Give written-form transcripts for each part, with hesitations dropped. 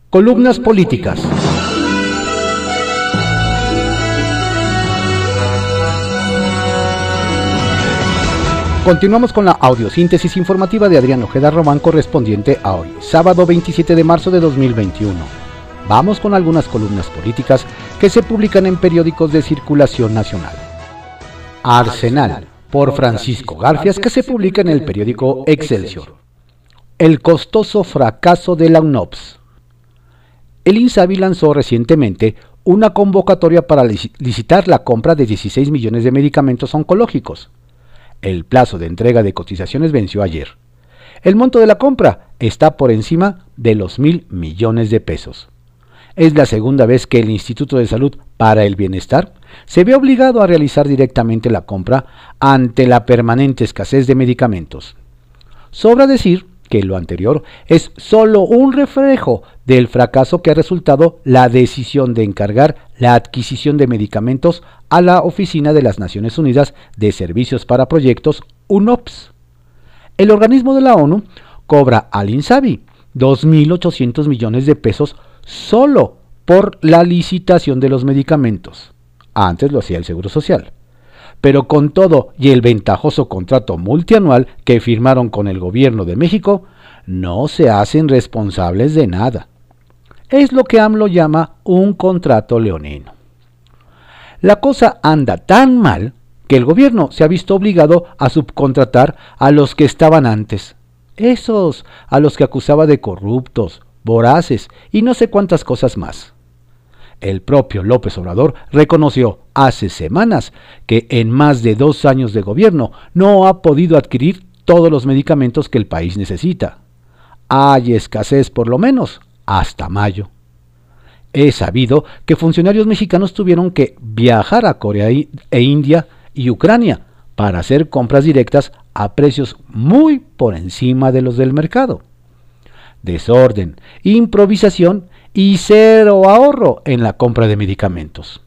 Columnas políticas. Continuamos con la audiosíntesis informativa de Adrián Ojeda Román correspondiente a hoy, sábado 27 de marzo de 2021. Vamos con algunas columnas políticas que se publican en periódicos de circulación nacional. Arsenal, por Francisco Garfias, que se publica en el periódico Excelsior. El costoso fracaso de la UNOPS. El INSABI lanzó recientemente una convocatoria para licitar la compra de 16 millones de medicamentos oncológicos. El plazo de entrega de cotizaciones venció ayer. El monto de la compra está por encima de los 1,000 millones de pesos. Es la segunda vez que el Instituto de Salud para el Bienestar se ve obligado a realizar directamente la compra ante la permanente escasez de medicamentos. Sobra decir que lo anterior es solo un reflejo del fracaso que ha resultado la decisión de encargar la adquisición de medicamentos a la Oficina de las Naciones Unidas de Servicios para Proyectos, UNOPS. El organismo de la ONU cobra al INSABI 2.800 millones de pesos solo por la licitación de los medicamentos. Antes lo hacía el Seguro Social. Pero con todo y el ventajoso contrato multianual que firmaron con el gobierno de México, no se hacen responsables de nada. Es lo que AMLO llama un contrato leonino. La cosa anda tan mal que el gobierno se ha visto obligado a subcontratar a los que estaban antes. Esos a los que acusaba de corruptos, voraces y no sé cuántas cosas más. El propio López Obrador reconoció hace semanas que en más de 2 años de gobierno no ha podido adquirir todos los medicamentos que el país necesita. Hay escasez por lo menos hasta mayo. Es sabido que funcionarios mexicanos tuvieron que viajar a Corea e India y Ucrania para hacer compras directas a precios muy por encima de los del mercado. Desorden, improvisación y cero ahorro en la compra de medicamentos.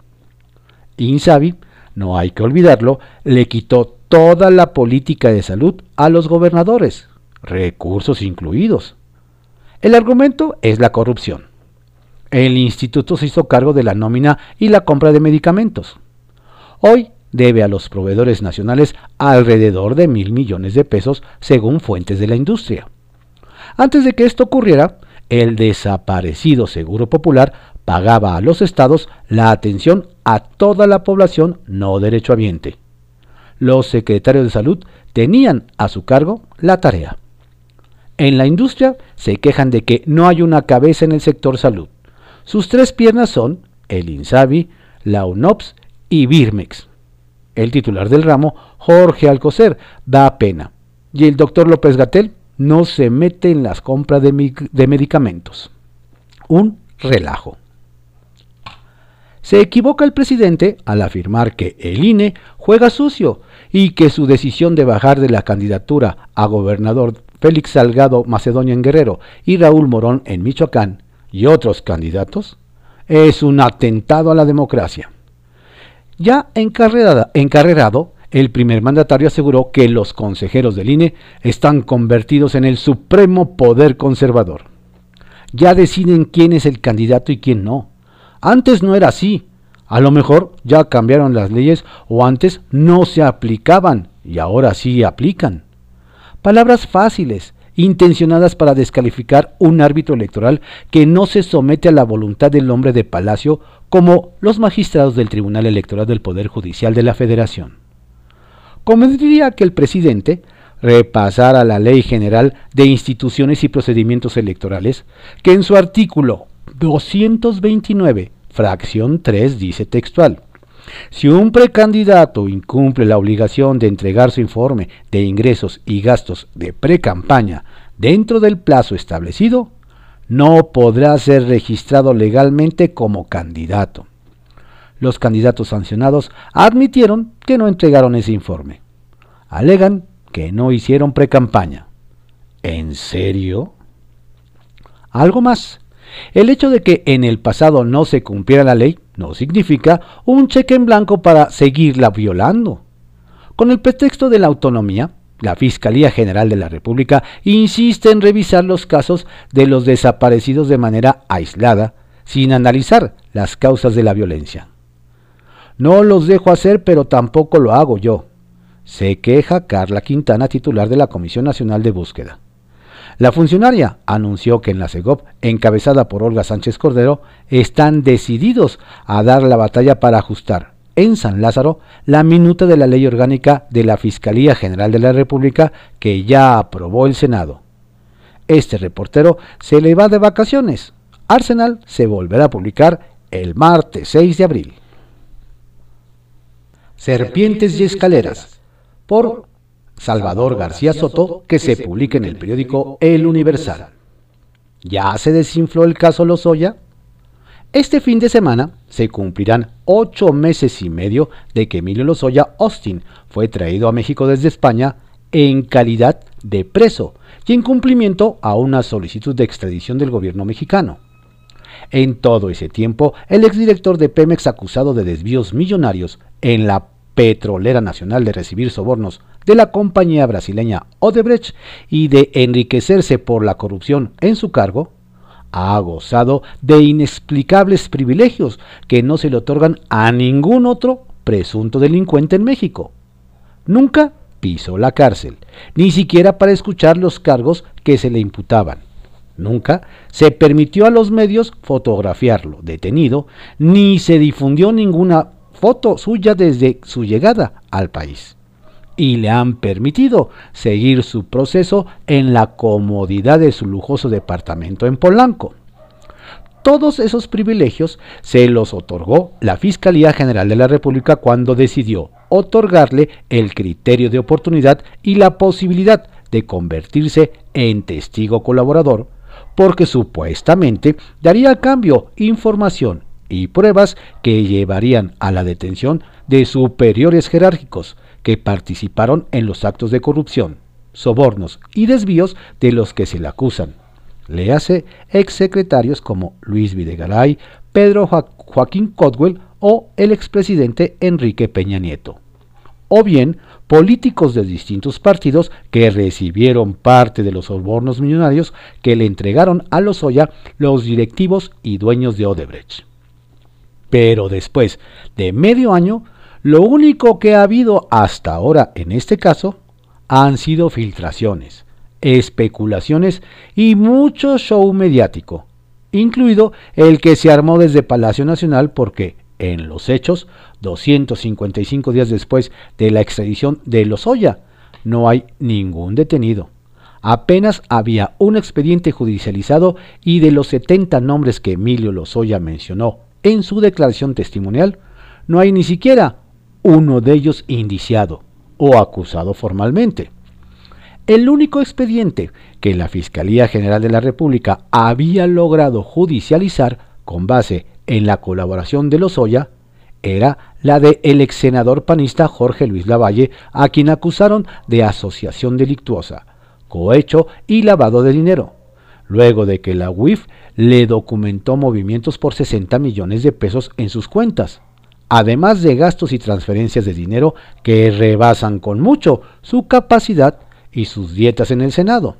INSABI, no hay que olvidarlo, le quitó toda la política de salud a los gobernadores, recursos incluidos. El argumento es la corrupción. El instituto se hizo cargo de la nómina y la compra de medicamentos. Hoy debe a los proveedores nacionales alrededor de 1,000 millones de pesos según fuentes de la industria. Antes de que esto ocurriera, el desaparecido Seguro Popular pagaba a los estados la atención a toda la población no derechohabiente. Los secretarios de salud tenían a su cargo la tarea. En la industria se quejan de que no hay una cabeza en el sector salud. Sus 3 piernas son el INSABI, la UNOPS y Birmex. El titular del ramo, Jorge Alcocer, da pena. Y el doctor López-Gatell no se mete en las compras de medicamentos. Un relajo. Se equivoca el presidente al afirmar que el INE juega sucio y que su decisión de bajar de la candidatura a gobernador Félix Salgado Macedonio en Guerrero y Raúl Morón en Michoacán y otros candidatos es un atentado a la democracia. Ya encarrerado, el primer mandatario aseguró que los consejeros del INE están convertidos en el supremo poder conservador. Ya deciden quién es el candidato y quién no. Antes no era así. A lo mejor ya cambiaron las leyes o antes no se aplicaban y ahora sí aplican. Palabras fáciles, intencionadas para descalificar un árbitro electoral que no se somete a la voluntad del hombre de palacio como los magistrados del Tribunal Electoral del Poder Judicial de la Federación. Convendría que el presidente repasara la Ley General de Instituciones y Procedimientos Electorales, que en su artículo 229, fracción 3, dice textual: si un precandidato incumple la obligación de entregar su informe de ingresos y gastos de precampaña dentro del plazo establecido, no podrá ser registrado legalmente como candidato. Los candidatos sancionados admitieron que no entregaron ese informe. Alegan que no hicieron precampaña. ¿En serio? Algo más. El hecho de que en el pasado no se cumpliera la ley no significa un cheque en blanco para seguirla violando. Con el pretexto de la autonomía, La Fiscalía General de la República insiste en revisar los casos de los desaparecidos de manera aislada, sin analizar las causas de la violencia. No los dejo hacer, pero tampoco lo hago yo, se queja Carla Quintana, titular de la Comisión Nacional de Búsqueda. La funcionaria anunció que en la Segov, encabezada por Olga Sánchez Cordero, están decididos a dar la batalla para ajustar en San Lázaro la minuta de la Ley Orgánica de la Fiscalía General de la República que ya aprobó el Senado. Este reportero se le va de vacaciones. Arsenal se volverá a publicar el martes 6 de abril. Serpientes y escaleras, por Salvador García Soto, que se publica en el periódico El Universal. ¿Ya se desinfló el caso Lozoya? Este fin de semana se cumplirán 8 meses y medio de que Emilio Lozoya Austin fue traído a México desde España en calidad de preso y en cumplimiento a una solicitud de extradición del gobierno mexicano. En todo ese tiempo, el exdirector de Pemex, acusado de desvíos millonarios en la Petrolera Nacional, de recibir sobornos de la compañía brasileña Odebrecht y de enriquecerse por la corrupción en su cargo, ha gozado de inexplicables privilegios que no se le otorgan a ningún otro presunto delincuente en México. Nunca pisó la cárcel, ni siquiera para escuchar los cargos que se le imputaban. Nunca se permitió a los medios fotografiarlo detenido, ni se difundió ninguna foto suya desde su llegada al país. Y le han permitido seguir su proceso en la comodidad de su lujoso departamento en Polanco. Todos esos privilegios se los otorgó la Fiscalía General de la República cuando decidió otorgarle el criterio de oportunidad y la posibilidad de convertirse en testigo colaborador, porque supuestamente daría a cambio información y pruebas que llevarían a la detención de superiores jerárquicos que participaron en los actos de corrupción, sobornos y desvíos de los que se le acusan. Léase exsecretarios como Luis Videgaray, Pedro Joaquín Codwell o el expresidente Enrique Peña Nieto. O bien políticos de distintos partidos que recibieron parte de los sobornos millonarios que le entregaron a Lozoya los directivos y dueños de Odebrecht. Pero después de medio año, lo único que ha habido hasta ahora en este caso han sido filtraciones, especulaciones y mucho show mediático, incluido el que se armó desde Palacio Nacional porque, en los hechos, 255 días después de la extradición de Lozoya, no hay ningún detenido. Apenas había un expediente judicializado y de los 70 nombres que Emilio Lozoya mencionó en su declaración testimonial, no hay ni siquiera uno de ellos indiciado o acusado formalmente. El único expediente que la Fiscalía General de la República había logrado judicializar con base en la colaboración de Lozoya era la de el ex senador panista Jorge Luis Lavalle, a quien acusaron de asociación delictuosa, cohecho y lavado de dinero, luego de que la UIF le documentó movimientos por 60 millones de pesos en sus cuentas, además de gastos y transferencias de dinero que rebasan con mucho su capacidad y sus dietas en el Senado.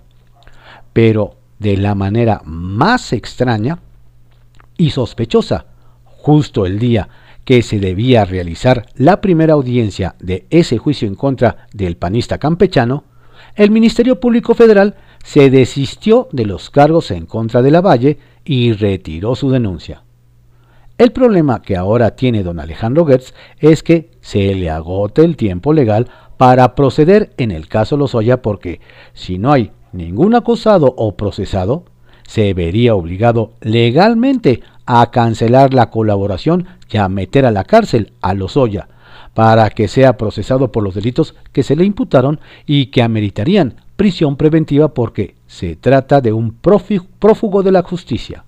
Pero de la manera más extraña y sospechosa, justo el día que se debía realizar la primera audiencia de ese juicio en contra del panista campechano, el Ministerio Público Federal se desistió de los cargos en contra de Lavalle y retiró su denuncia. El problema que ahora tiene don Alejandro Gertz es que se le agota el tiempo legal para proceder en el caso Lozoya, porque si no hay ningún acusado o procesado, se vería obligado legalmente a cancelar la colaboración y a meter a la cárcel a Lozoya para que sea procesado por los delitos que se le imputaron y que ameritarían prisión preventiva, porque se trata de un prófugo de la justicia.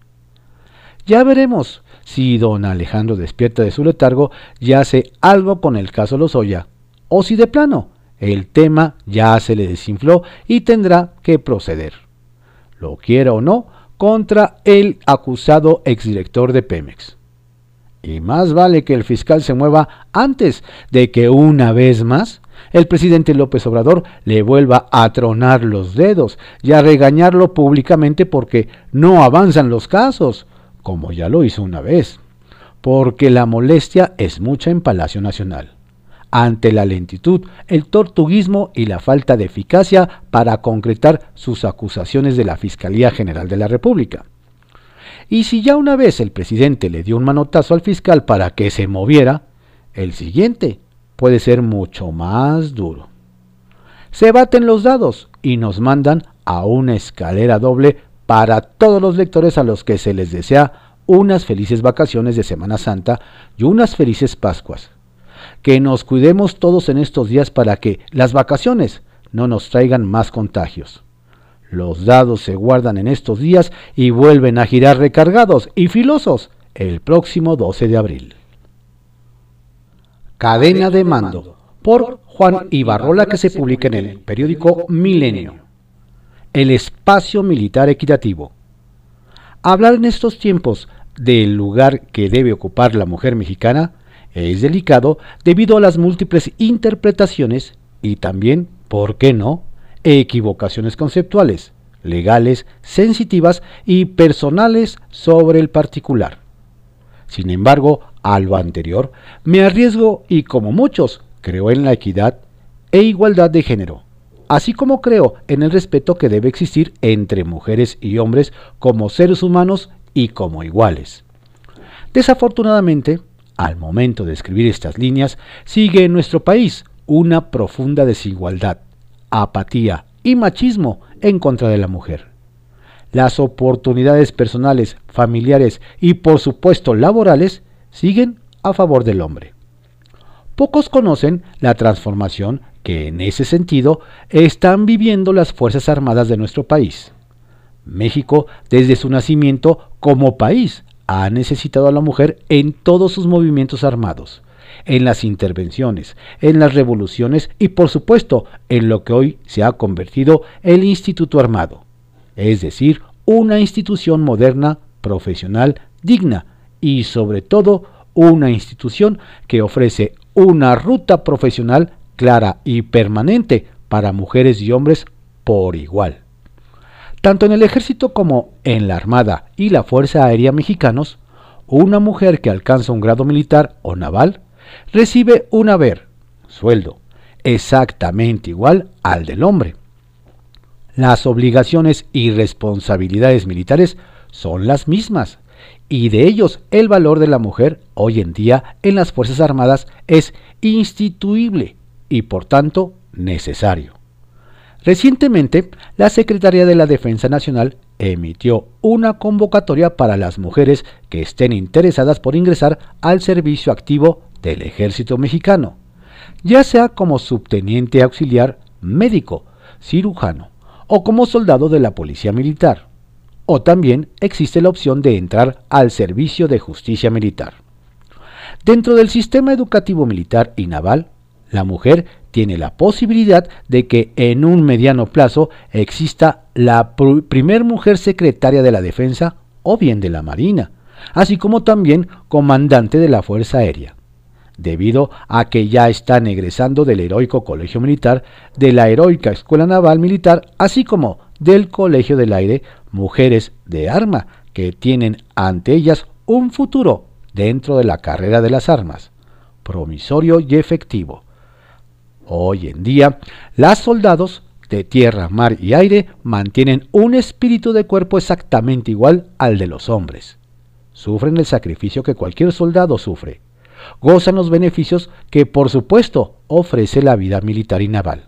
Ya veremos si don Alejandro despierta de su letargo y hace algo con el caso Lozoya, o si de plano el tema ya se le desinfló y tendrá que proceder, lo quiera o no, contra el acusado exdirector de Pemex. Y más vale que el fiscal se mueva antes de que una vez más el presidente López Obrador le vuelva a tronar los dedos y a regañarlo públicamente porque no avanzan los casos, como ya lo hizo una vez, porque la molestia es mucha en Palacio Nacional, ante la lentitud, el tortuguismo y la falta de eficacia para concretar sus acusaciones de la Fiscalía General de la República. Y si ya una vez el presidente le dio un manotazo al fiscal para que se moviera, el siguiente puede ser mucho más duro. Se baten los dados y nos mandan a una escalera doble para todos los lectores a los que se les desea unas felices vacaciones de Semana Santa y unas felices Pascuas. Que nos cuidemos todos en estos días para que las vacaciones no nos traigan más contagios. Los dados se guardan en estos días y vuelven a girar recargados y filosos el próximo 12 de abril. Cadena de mando, por Juan Ibarrola, que se publica en el periódico Milenio. El espacio militar equitativo. Hablar en estos tiempos del lugar que debe ocupar la mujer mexicana es delicado debido a las múltiples interpretaciones y también, ¿por qué no?, equivocaciones conceptuales, legales, sensitivas y personales sobre el particular. Sin embargo, a lo anterior, me arriesgo y como muchos, creo en la equidad e igualdad de género, así como creo en el respeto que debe existir entre mujeres y hombres como seres humanos y como iguales. Desafortunadamente, al momento de escribir estas líneas, sigue en nuestro país una profunda desigualdad, apatía y machismo en contra de la mujer. Las oportunidades personales, familiares y por supuesto laborales siguen a favor del hombre. Pocos conocen la transformación que en ese sentido están viviendo las Fuerzas Armadas de nuestro país. México, desde su nacimiento como país, ha necesitado a la mujer en todos sus movimientos armados, en las intervenciones, en las revoluciones y por supuesto en lo que hoy se ha convertido el Instituto Armado, es decir, una institución moderna, profesional, digna y sobre todo una institución que ofrece una ruta profesional clara y permanente para mujeres y hombres por igual. Tanto en el ejército como en la Armada y la Fuerza Aérea mexicanos, una mujer que alcanza un grado militar o naval recibe un haber, sueldo, exactamente igual al del hombre. Las obligaciones y responsabilidades militares son las mismas, y de ellos el valor de la mujer hoy en día en las Fuerzas Armadas es instituible y por tanto necesario. Recientemente, la Secretaría de la Defensa Nacional emitió una convocatoria para las mujeres que estén interesadas por ingresar al servicio activo del Ejército Mexicano, ya sea como subteniente auxiliar, médico, cirujano o como soldado de la Policía Militar. O también existe la opción de entrar al servicio de justicia militar. Dentro del sistema educativo militar y naval, la mujer tiene la posibilidad de que en un mediano plazo exista la primer mujer secretaria de la Defensa o bien de la Marina, así como también comandante de la Fuerza Aérea, debido a que ya están egresando del heroico Colegio Militar, de la heroica Escuela Naval Militar, así como del Colegio del Aire, mujeres de arma que tienen ante ellas un futuro dentro de la carrera de las armas, promisorio y efectivo. Hoy en día, las soldados de tierra, mar y aire mantienen un espíritu de cuerpo exactamente igual al de los hombres. Sufren el sacrificio que cualquier soldado sufre. Gozan los beneficios que, por supuesto, ofrece la vida militar y naval.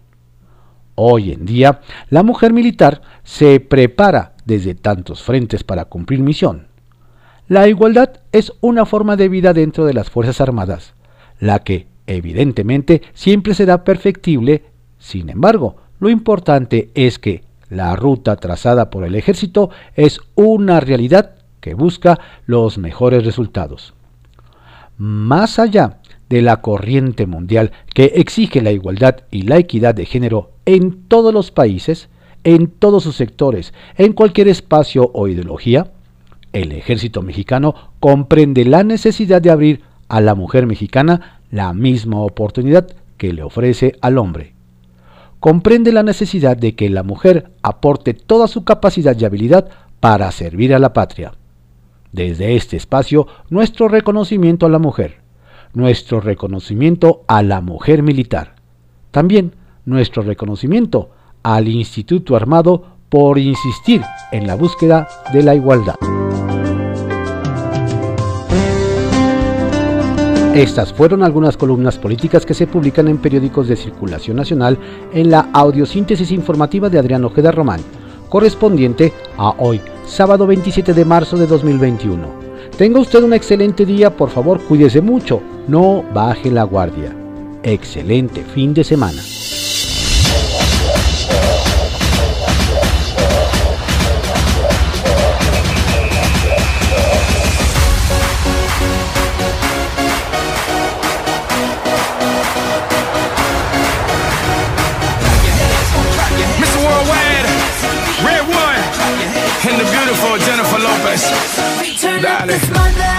Hoy en día, la mujer militar se prepara desde tantos frentes para cumplir misión. La igualdad es una forma de vida dentro de las Fuerzas Armadas, la que, evidentemente, siempre será perfectible. Sin embargo, lo importante es que la ruta trazada por el ejército es una realidad que busca los mejores resultados. Más allá de la corriente mundial que exige la igualdad y la equidad de género en todos los países, en todos sus sectores, en cualquier espacio o ideología, el ejército mexicano comprende la necesidad de abrir a la mujer mexicana la misma oportunidad que le ofrece al hombre. Comprende la necesidad de que la mujer aporte toda su capacidad y habilidad para servir a la patria. Desde este espacio, nuestro reconocimiento a la mujer, nuestro reconocimiento a la mujer militar, también nuestro reconocimiento al Instituto Armado por insistir en la búsqueda de la igualdad. Estas fueron algunas columnas políticas que se publican en periódicos de circulación nacional en la audiosíntesis informativa de Adrián Ojeda Román, correspondiente a hoy, sábado 27 de marzo de 2021. Tenga usted un excelente día, por favor cuídese mucho, no baje la guardia. Excelente fin de semana. And the beautiful Jennifer Lopez. Turn up this mother.